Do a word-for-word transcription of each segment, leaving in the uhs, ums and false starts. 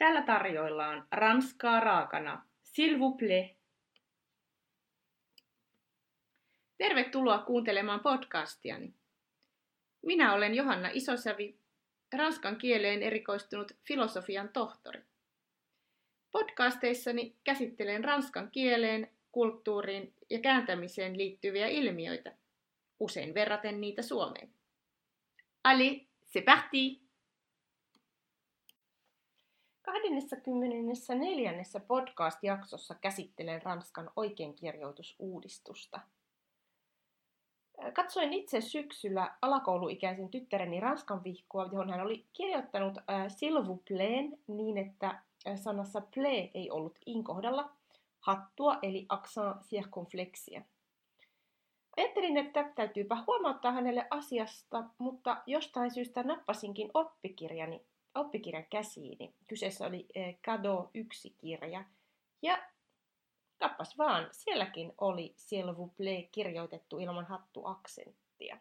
Täällä tarjoillaan ranskaa raakana. S'il vous plaît. Tervetuloa kuuntelemaan podcastiani. Minä olen Johanna Isosävi, ranskan kieleen erikoistunut filosofian tohtori. Podcasteissani käsittelen ranskan kieleen, kulttuuriin ja kääntämiseen liittyviä ilmiöitä, usein verraten niitä Suomeen. Allez, c'est parti! kaksikymmentäneljä. podcast-jaksossa käsittelen ranskan oikeinkirjoitusuudistusta. Katsoin itse syksyllä alakouluikäisen tyttäreni ranskan vihkoa, johon hän oli kirjoittanut äh, s'il vous plaît niin, että sanassa plaît ei ollut in kohdalla hattua eli accent circonflexia. Ajattelin, että täytyypä huomauttaa hänelle asiasta, mutta jostain syystä nappasinkin oppikirjani, oppikirjan käsiini. Kyseessä oli äh, Cadeau yksi kirja ja kappas vaan, sielläkin oli s'il vous plaît kirjoitettu ilman hattuaksenttia.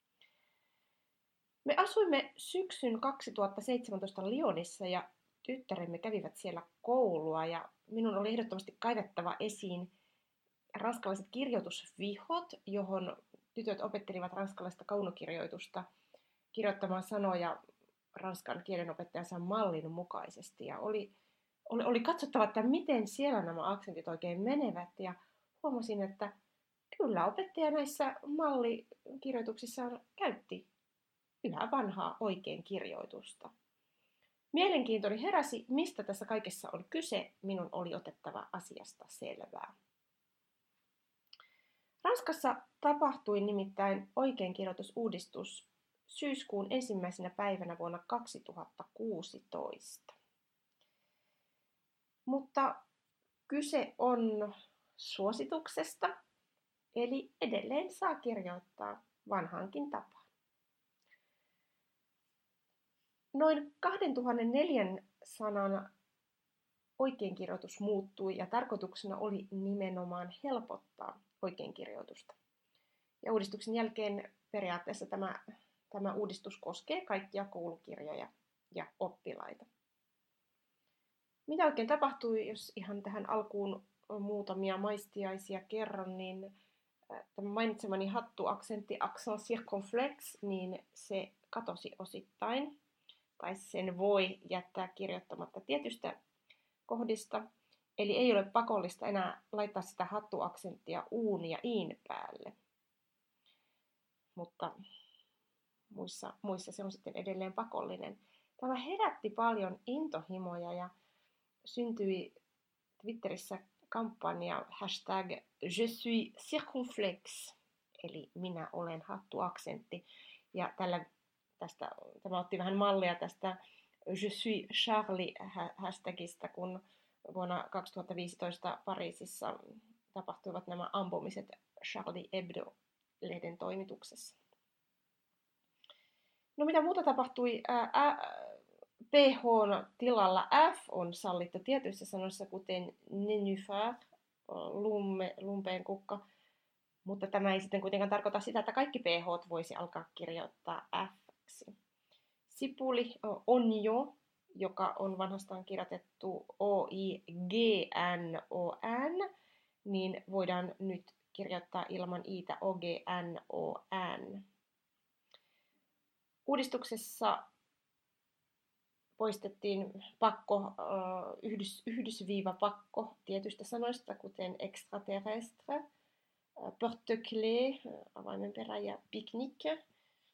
Me asuimme syksyn kaksituhattaseitsemäntoista Lyonissa ja tyttäremme kävivät siellä koulua ja minun oli ehdottomasti kaivettava esiin ranskalaiset kirjoitusvihot, johon tytöt opettelivat ranskalaista kaunokirjoitusta kirjoittamaan sanoja ranskan kielenopettajansa mallin mukaisesti ja oli Oli, oli katsottava, että miten siellä nämä aksentit oikein menevät ja huomasin, että kyllä opettaja näissä mallikirjoituksissaan käytti yhä vanhaa oikein kirjoitusta. Mielenkiintoni heräsi, mistä tässä kaikessa on kyse, minun oli otettava asiasta selvää. Ranskassa tapahtui nimittäin oikeinkirjoitusuudistus syyskuun ensimmäisenä päivänä vuonna kaksituhattakuusitoista. Mutta kyse on suosituksesta, eli edelleen saa kirjoittaa vanhankin tapaan. Noin kaksituhattaneljäsataa sanan oikeinkirjoitus muuttui ja tarkoituksena oli nimenomaan helpottaa oikeinkirjoitusta. Ja uudistuksen jälkeen periaatteessa tämä, tämä uudistus koskee kaikkia koulukirjoja ja oppilaita. Mitä oikein tapahtui, jos ihan tähän alkuun muutamia maistiaisia kerron, niin tämä mainitsemani hattuaksentti accent circonflexe, niin se katosi osittain, tai sen voi jättää kirjoittamatta tietystä kohdista, eli ei ole pakollista enää laittaa sitä hattuaksenttia uun ja iin päälle, mutta muissa, muissa se on sitten edelleen pakollinen. Tämä herätti paljon intohimoja ja syntyi Twitterissä kampanja hashtag je suis circonflexe, eli minä olen hattuaksentti. Ja tällä, tästä, tämä otti vähän mallia tästä je suis Charlie hashtagista, kun vuonna kaksituhattaviisitoista Pariisissa tapahtuivat nämä ampumiset Charlie Hebdo-lehden toimituksessa. No mitä muuta tapahtui? Ää, ää, P H:n tilalla F on sallittu tietyissä sanoissa, kuten nénuphar, lumme, lumpeen kukka, mutta tämä ei sitten kuitenkaan tarkoita sitä, että kaikki P H:t voisi alkaa kirjoittaa F:ksi. Sipuli, onjo, joka on vanhastaan kirjoitettu O I G N O N, niin voidaan nyt kirjoittaa ilman iitä O G N O N. Uudistuksessa poistettiin pakko, yhdys, yhdysviivapakko tietystä sanoista, kuten extraterrestre, porte-clés, avaimenperä ja pique-nique.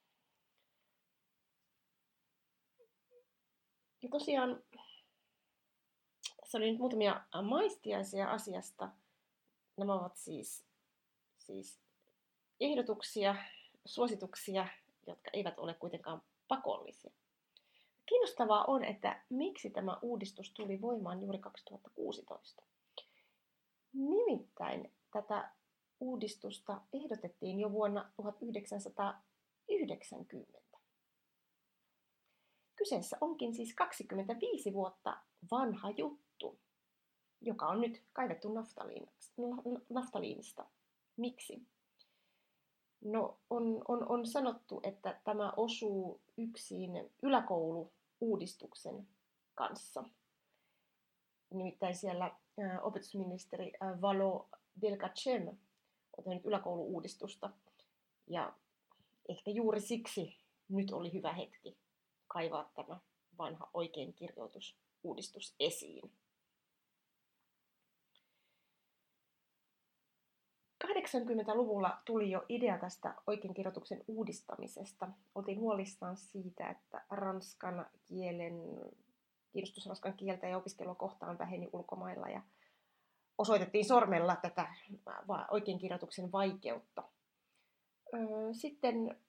Ja tosiaan, tässä oli nyt muutamia maistiaisia asiasta. Nämä ovat siis, siis ehdotuksia, suosituksia, jotka eivät ole kuitenkaan pakollisia. Kiinnostavaa on, että miksi tämä uudistus tuli voimaan juuri kaksituhattakuusitoista. Nimittäin tätä uudistusta ehdotettiin jo vuonna tuhatyhdeksänsataayhdeksänkymmentä. Kyseessä onkin siis kaksikymmentäviisi vuotta vanha juttu, joka on nyt kaivettu naftaliinista. Miksi? No, on, on, on sanottu, että tämä osuu yksin yläkouluuudistuksen kanssa. nimittäin siellä ää, opetusministeri ää, Valo Belkacem on tehnyt yläkoulu-uudistusta. Ja ehkä juuri siksi nyt oli hyvä hetki kaivaa tämä vanha oikeinkirjoitusuudistus esiin. kahdeksankymmentäluvulla tuli jo idea tästä oikeinkirjoituksen uudistamisesta. Oltiin huolissaan siitä, että ranskan kielen, kiinnostus ranskan kieltä ja opiskelua kohtaan väheni ulkomailla ja osoitettiin sormella tätä oikeinkirjoituksen vaikeutta. Sitten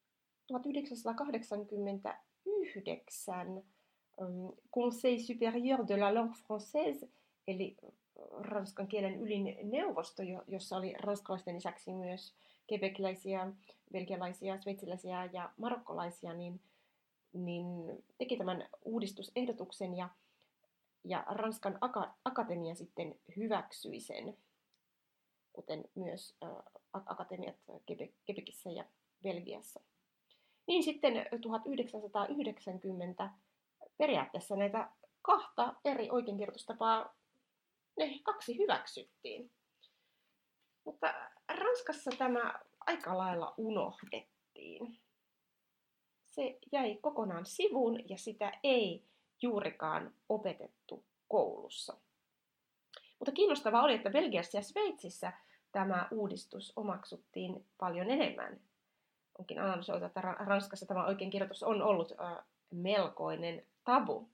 tuhatyhdeksänsataakahdeksankymmentäyhdeksän Conseil supérieur de la langue française, eli ranskan kielen ylin neuvosto, jossa oli ranskalaisten lisäksi myös quebecläisiä, belgialaisia, sveitsiläisiä ja marokkolaisia, niin, niin teki tämän uudistusehdotuksen ja, ja Ranskan aka, akatemia sitten hyväksyi sen, kuten myös ä, akatemiat Quebecissä ja Belgiassa. Niin sitten tuhatyhdeksänsataayhdeksänkymmentä periaatteessa näitä kahta eri oikeinkirjoitustapaa, ne kaksi hyväksyttiin. Mutta Ranskassa tämä aika lailla unohdettiin. Se jäi kokonaan sivuun ja sitä ei juurikaan opetettu koulussa. Mutta kiinnostavaa oli, että Belgiassa ja Sveitsissä tämä uudistus omaksuttiin paljon enemmän. Onkin analysoitu, että Ranskassa tämä oikeinkirjoitus on ollut äh, melkoinen tabu.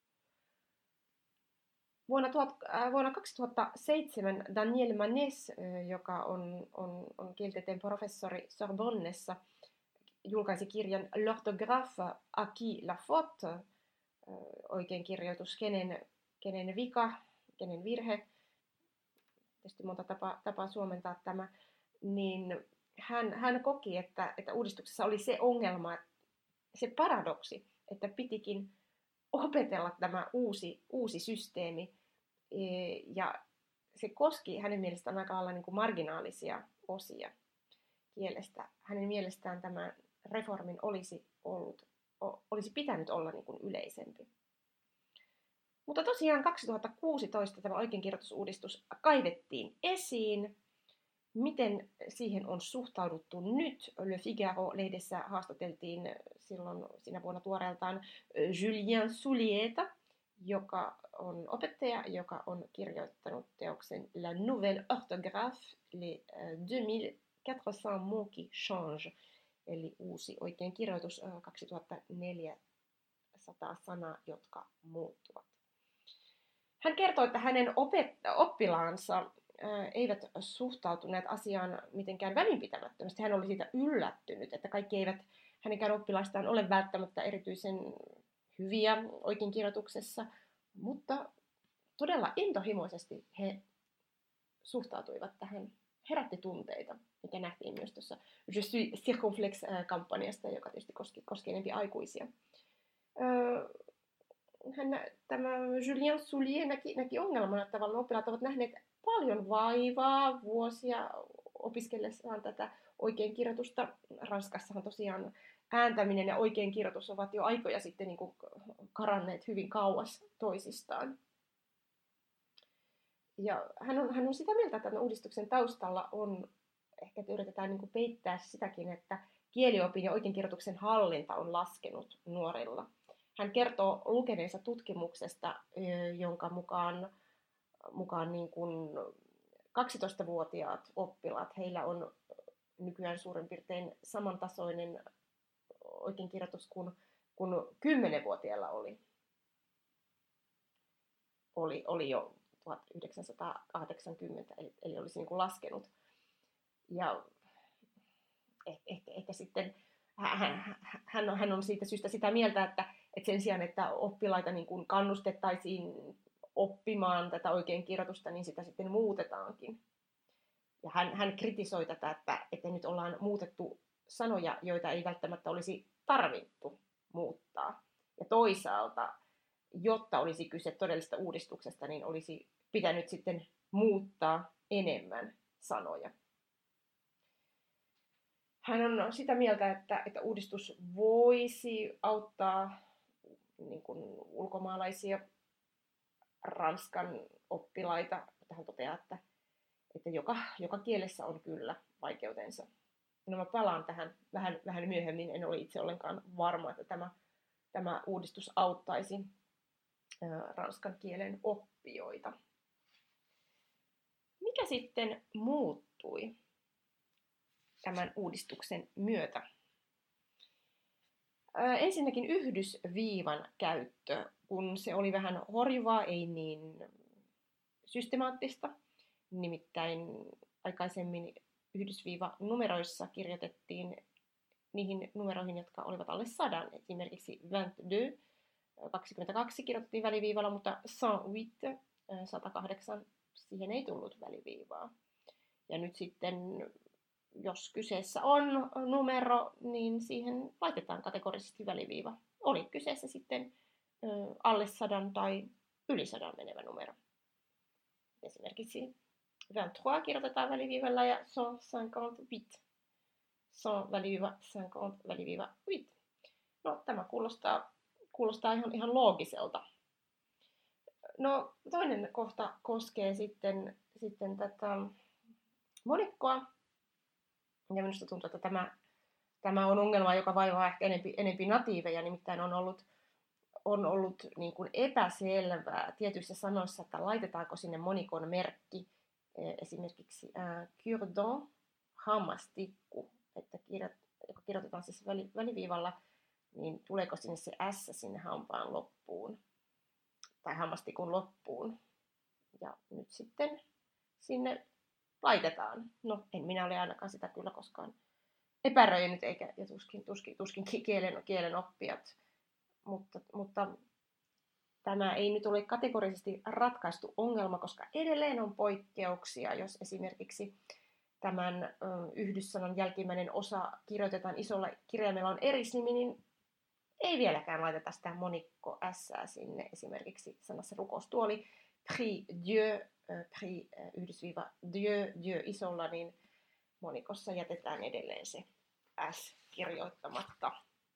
Vuonna, tuhat, äh, vuonna kaksituhattaseitsemän Daniel Manès, äh, joka on, on, on kieltieteen professori Sorbonnessa, julkaisi kirjan L'orthographe à qui la faute, äh, oikeinkirjoitus, kenen, kenen vika, kenen virhe, tietysti monta tapaa, tapaa suomentaa tämä, niin hän, hän koki, että, että uudistuksessa oli se ongelma, se paradoksi, että pitikin opetella tämä uusi, uusi systeemi, ja se koski hänen mielestään aika lailla niin kuin marginaalisia osia kielestä. Hänen mielestään tämän reformin olisi, ollut, olisi pitänyt olla niin kuin yleisempi. Mutta tosiaan kaksituhattakuusitoista tämä oikeinkirjoitusuudistus kaivettiin esiin. Miten siihen on suhtauduttu nyt? Le Figaro-lehdessä haastateltiin silloin siinä vuonna tuoreeltaan Julien Soulieta, joka on opettaja, joka on kirjoittanut teoksen La Nouvelle Orthographe, les deux mille quatre cents mots qui changent, eli uusi oikeinkirjoitus kaksituhattaneljäsataa sanaa, jotka muuttuvat. Hän kertoo, että hänen opet- oppilaansa eivät suhtautuneet asiaan mitenkään välinpitämättömästi. Hän oli siitä yllättynyt, että kaikki eivät hänenkään oppilaistaan ole välttämättä erityisen hyviä oikeinkirjoituksessa, mutta todella intohimoisesti he suhtautuivat tähän, herätti tunteita, mikä nähtiin myös tuossa Je suis circonflexe-kampanjasta, joka tietysti koski, koski enemmän aikuisia. Hän, tämä Julien Soulier näki, näki ongelmana, että tavallaan oppilaat ovat nähneet paljon vaivaa vuosia opiskellessaan tätä oikeinkirjoitusta. Ranskassahan tosiaan ääntäminen ja oikeinkirjoitus ovat jo aikoja sitten niin kuin karanneet hyvin kauas toisistaan. Ja hän on, hän on sitä mieltä, että tämän uudistuksen taustalla on, ehkä että yritetään niin kuin peittää sitäkin, että kieliopin ja oikeinkirjoituksen hallinta on laskenut nuorilla. Hän kertoo lukeneensa tutkimuksesta, jonka mukaan, mukaan niin kuin kaksitoistavuotiaat oppilaat, heillä on nykyään suurin piirtein samantasoinen oikeinkirjoitus kuin, kuin kymmenvuotiailla oli. Oli, oli jo tuhatyhdeksänsataakahdeksankymmentä, eli, eli olisi niin kuin laskenut. Ja ehkä, ehkä, ehkä sitten hän, hän, on, hän on siitä syystä sitä mieltä, että, että sen sijaan, että oppilaita niin kuin kannustettaisiin oppimaan tätä oikeinkirjoitusta, niin sitä sitten muutetaankin. Ja hän, hän kritisoi tätä, että, että nyt ollaan muutettu sanoja, joita ei välttämättä olisi tarvittu muuttaa. Ja toisaalta, jotta olisi kyse todellisesta uudistuksesta, niin olisi pitänyt sitten muuttaa enemmän sanoja. Hän on sitä mieltä, että, että uudistus voisi auttaa niin kuin ulkomaalaisia ranskan oppilaita. Hän toteaa, että, että joka, joka kielessä on kyllä vaikeutensa. No mä palaan tähän vähän, vähän myöhemmin. En ole itse ollenkaan varma, että tämä, tämä uudistus auttaisi ää, ranskan kielen oppijoita. Mikä sitten muuttui tämän uudistuksen myötä? Ää, ensinnäkin yhdysviivan käyttö, kun se oli vähän horjuvaa, ei niin systemaattista. Nimittäin aikaisemmin yhdysviivanumeroissa kirjoitettiin niihin numeroihin, jotka olivat alle sadan. Esimerkiksi kaksikymmentäkaksi, kaksikymmentäkaksi kirjoitettiin väliviivalla, mutta sata kahdeksan, sata kahdeksan, siihen ei tullut väliviivaa. Ja nyt sitten, jos kyseessä on numero, niin siihen laitetaan kategorisesti väliviiva. Oli kyseessä sitten alle sadan tai yli sadan menevä numero. Esimerkiksi kaksikymmentäkolme kirjoitetaan väliviivalla ja sata viisikymmentäkahdeksan. sata väliviiva viisikymmentä väliviiva kahdeksan. No, tämä kuulostaa, kuulostaa ihan, ihan loogiselta. No, toinen kohta koskee sitten, sitten tätä monikkoa. Ja minusta tuntuu, että tämä, tämä on ongelma, joka vaivaa ehkä enempi, enempi natiiveja. Nimittäin on ollut, on ollut niin kuin epäselvää tietyissä sanoissa, että laitetaanko sinne monikon merkki. Esimerkiksi äh, cure-dent, hammastikku, että kirjoit, joka kirjoitetaan siis väli, väliviivalla, niin tuleeko sinne se S sinne hampaan loppuun tai hammastikun loppuun. Ja nyt sitten sinne laitetaan. No, en minä ole ainakaan sitä kyllä koskaan epäröinyt, eikä ja tuskin, tuskin, tuskin kielen, kielen oppijat. Mutta, mutta tämä ei nyt ole kategorisesti ratkaistu ongelma, koska edelleen on poikkeuksia, jos esimerkiksi tämän yhdyssanan jälkimmäinen osa kirjoitetaan isolla kirjaimella on erisnimi, niin ei vieläkään laiteta sitä monikko S sinne. Esimerkiksi sanassa rukoustuoli, prie Dieu, prie yhdysviiva Dieu, Dieu isolla, niin monikossa jätetään edelleen se S kirjoittamatta.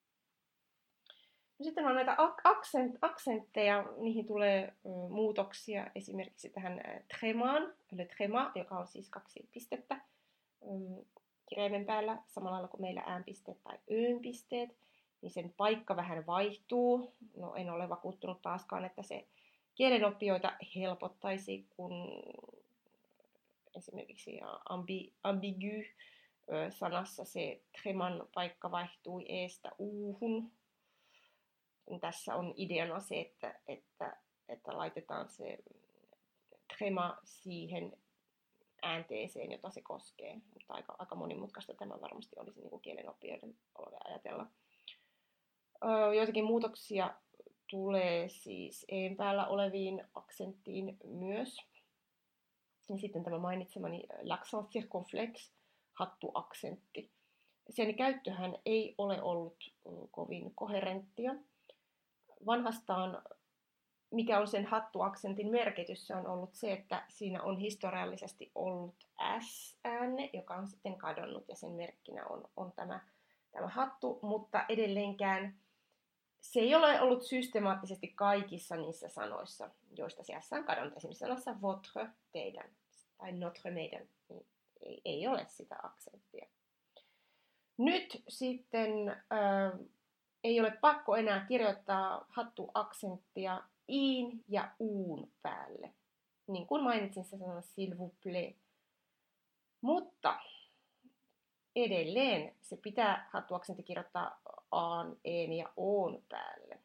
No sitten on näitä aksent, aksentteja, niihin tulee ö, muutoksia esimerkiksi tähän tremaan, le trema, joka on siis kaksi pistettä ö, kirjaimen päällä, samalla lailla kuin meillä äänpisteet tai öönpisteet, niin sen paikka vähän vaihtuu. No en ole vakuuttunut taaskaan, että se kielenoppijoita helpottaisi, kun esimerkiksi ambi, ambigu ö, sanassa se treman paikka vaihtuu eestä uuhun. Tässä on ideana se, että, että, että laitetaan se trema siihen äänteeseen, jota se koskee. Mutta aika, aika monimutkaista tämä varmasti olisi niin kuin kielenoppijoiden ajatella. Öö, joitakin muutoksia tulee siis een päällä oleviin aksenttiin myös. Ja sitten tämä mainitsemani l'accent circonflexe, hattuaksentti. Sen käyttöhän ei ole ollut kovin koherenttia. Vanhastaan, mikä on sen hattuaksentin merkitys, se on ollut se, että siinä on historiallisesti ollut S-äänne, joka on sitten kadonnut ja sen merkkinä on, on tämä, tämä hattu, mutta edelleenkään se ei ole ollut systemaattisesti kaikissa niissä sanoissa, joista se S on kadonnut. Esimerkiksi sanassa votre, teidän, tai notre, meidän, niin ei, ei ole sitä aksenttia. Nyt sitten äh, ei ole pakko enää kirjoittaa hattuaksenttia iin ja uun päälle. Niin kuin mainitsin, se sana s'il vous plaît. Mutta edelleen se pitää hattuaksentti kirjoittaa aan, een ja oon päälle.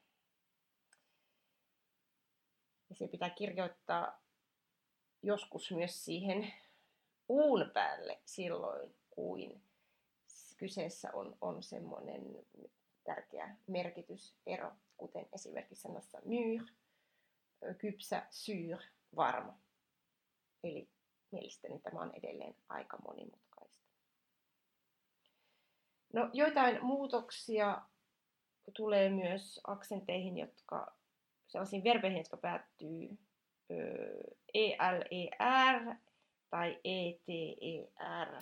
Ja se pitää kirjoittaa joskus myös siihen uun päälle silloin, kuin kyseessä on, on semmoinen tärkeä merkitysero, kuten esimerkiksi sanassa mûr, kypsä, sûr, varma. Eli mielestäni tämä on edelleen aika monimutkaista. No, joitain muutoksia tulee myös aksenteihin, jotka, sellaisiin verbeihin, jotka päättyy er tai eter.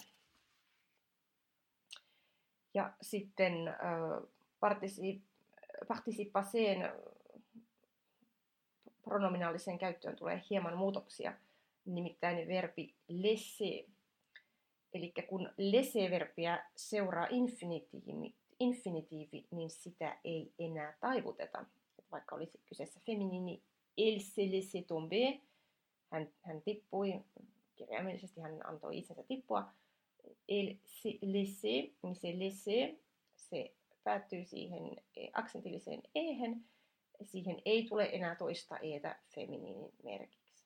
Ja sitten participaceen pronominaaliseen käyttöön tulee hieman muutoksia, nimittäin verbi laisser. Eli kun laisser-verbiä seuraa infinitiivi, infinitiivi, niin sitä ei enää taivuteta. Et vaikka olisi kyseessä feminiini, elle s'est laissé tomber, hän, hän tippui, kirjaimellisesti hän antoi itsensä tippua. Elle s'est laissé, niin se laisser, se päättyy siihen aksentilliseen ehen, siihen ei tule enää toista eetä feminiinin merkiksi.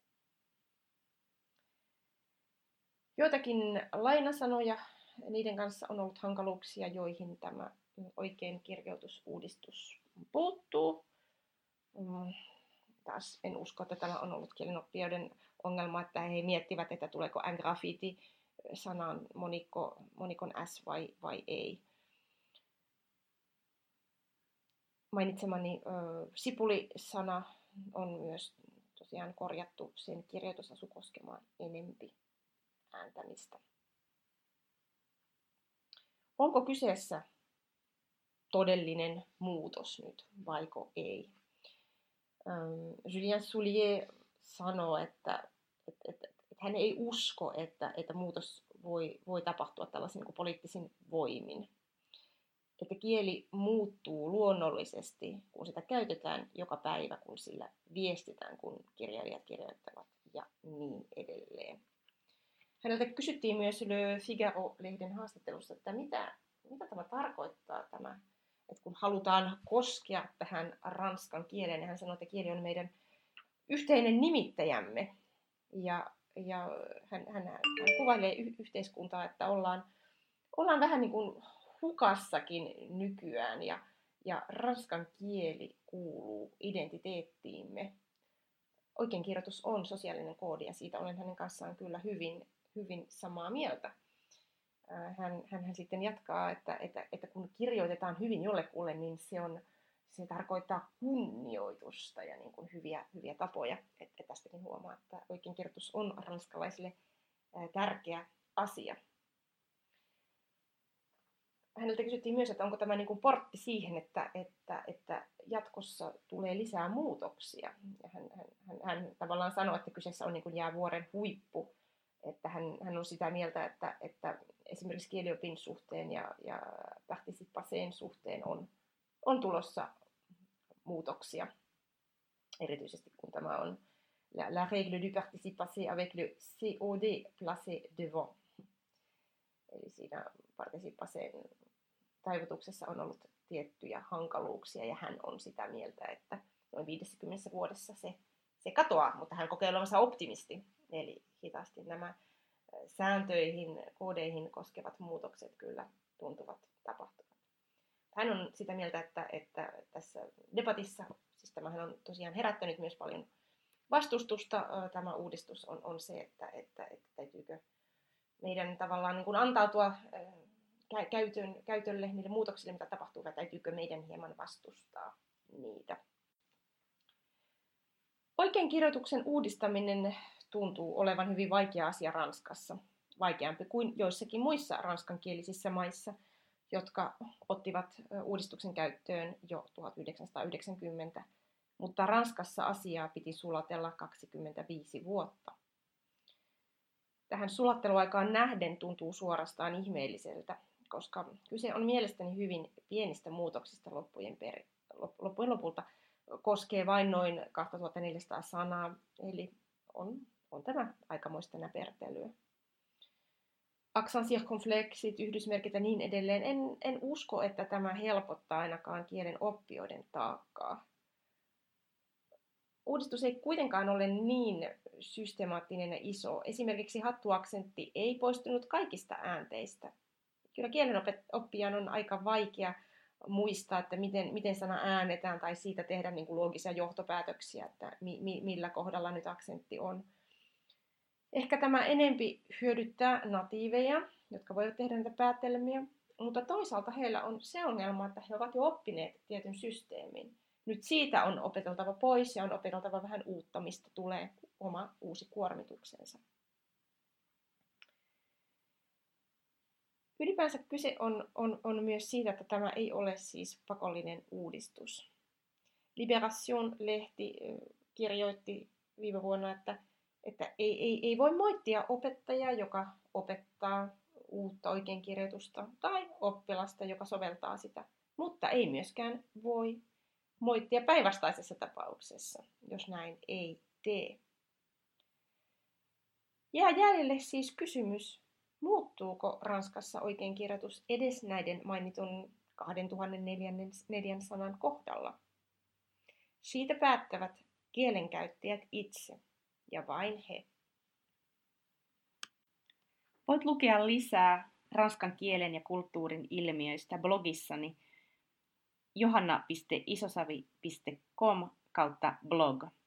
Joitakin lainasanoja, niiden kanssa on ollut hankaluuksia, joihin tämä oikein kirjoitusuudistus puuttuu. Taas en usko, että tämä on ollut kielenoppijoiden ongelma, että he miettivät, että tuleeko en graffiti sanan monikko, monikon s vai, vai ei. Mainitsemani ö, sipuli-sana on myös tosiaan korjattu sen kirjoitusasu koskemaan enempi ääntämistä. Onko kyseessä todellinen muutos nyt, vaiko ei? Ähm, Julien Soulier sanoo, että, että, että, että hän ei usko, että, että muutos voi, voi tapahtua tällaisin niin kuin poliittisin voimin. Että kieli muuttuu luonnollisesti, kun sitä käytetään joka päivä, kun sillä viestitään, kun kirjailijat kirjoittavat ja niin edelleen. Häneltä kysyttiin myös Le Figaro-lehden haastattelussa, että mitä, mitä tämä tarkoittaa, tämä, että kun halutaan koskea tähän ranskan kieleen, niin hän sanoi, että kieli on meidän yhteinen nimittäjämme. Ja, ja hän, hän, hän kuvailee y- yhteiskuntaa, että ollaan, ollaan vähän niin kuin hukassakin nykyään, ja, ja ranskan kieli kuuluu identiteettiimme. Oikeinkirjoitus on sosiaalinen koodi, ja siitä olen hänen kanssaan kyllä hyvin, hyvin samaa mieltä. Hän, hän, hän sitten jatkaa, että, että, että kun kirjoitetaan hyvin jollekulle, niin se, on, se tarkoittaa kunnioitusta ja niin kuin hyviä, hyviä tapoja. Että tästäkin huomaa, että oikeinkirjoitus on ranskalaisille tärkeä asia. Häneltä kysyttiin myös, että onko tämä niin kuin portti siihen, että, että, että jatkossa tulee lisää muutoksia. Ja hän, hän, hän, hän tavallaan sanoi, että kyseessä on niin kuin jäävuoren huippu. Että hän, hän on sitä mieltä, että, että esimerkiksi kieliopin suhteen ja, ja participe passén suhteen on, on tulossa muutoksia. Erityisesti kun tämä on la, la règle du participe passé avec le C O D placé devant. Eli siinä participe passén taivutuksessa on ollut tiettyjä hankaluuksia, ja hän on sitä mieltä, että noin viidessäkymmenessä vuodessa se, se katoaa, mutta hän kokee olevansa optimisti. Eli hitaasti nämä sääntöihin, koodeihin koskevat muutokset kyllä tuntuvat tapahtuvat. Hän on sitä mieltä, että, että tässä debatissa, siis tämähän on tosiaan herättänyt myös paljon vastustusta, tämä uudistus on, on se, että, että, että täytyykö meidän tavallaan niin kuin antautua käytön, käytölle, niille muutoksille, mitä tapahtuu, vai täytyykö meidän hieman vastustaa niitä. Oikeinkirjoituksen uudistaminen tuntuu olevan hyvin vaikea asia Ranskassa, vaikeampi kuin joissakin muissa ranskankielisissä maissa, jotka ottivat uudistuksen käyttöön jo tuhatyhdeksänsataayhdeksänkymmentä, mutta Ranskassa asiaa piti sulatella kaksikymmentäviisi vuotta. Tähän sulatteluaikaan nähden tuntuu suorastaan ihmeelliseltä, koska kyse on mielestäni hyvin pienistä muutoksista loppujen, per, loppujen lopulta, koskee vain noin kaksituhattaneljäsataa sanaa, eli on, on tämä aikamoista näpertelyä. Accent circonflexit, yhdysmerkit ja niin edelleen. En, en usko, että tämä helpottaa ainakaan kielen oppijoiden taakkaa. Uudistus ei kuitenkaan ole niin systemaattinen ja iso. Esimerkiksi hattuaksentti ei poistunut kaikista äänteistä. Kyllä kielenoppijan on aika vaikea muistaa, että miten, miten sana äänetään tai siitä tehdä niin kuin loogisia johtopäätöksiä, että mi, mi, millä kohdalla nyt aksentti on. Ehkä tämä enempi hyödyttää natiiveja, jotka voivat tehdä näitä päätelmiä, mutta toisaalta heillä on se ongelma, että he ovat jo oppineet tietyn systeemin. Nyt siitä on opeteltava pois ja on opeteltava vähän uutta, mistä tulee oma uusi kuormituksensa. Ylipäänsä kyse on, on, on myös siitä, että tämä ei ole siis pakollinen uudistus. Libération-lehti kirjoitti viime vuonna, että, että ei, ei, ei voi moittia opettajaa, joka opettaa uutta oikeinkirjoitusta, tai oppilasta, joka soveltaa sitä. Mutta ei myöskään voi moittia päinvastaisessa tapauksessa, jos näin ei tee. Jää jäljelle siis kysymys, muuttuuko Ranskassa oikeinkirjoitus edes näiden mainitun kaksituhattaneljäsataa kohdalla? Siitä päättävät kielenkäyttäjät itse, ja vain he. Voit lukea lisää ranskan kielen ja kulttuurin ilmiöistä blogissani johanna piste isosavi piste com kautta blog.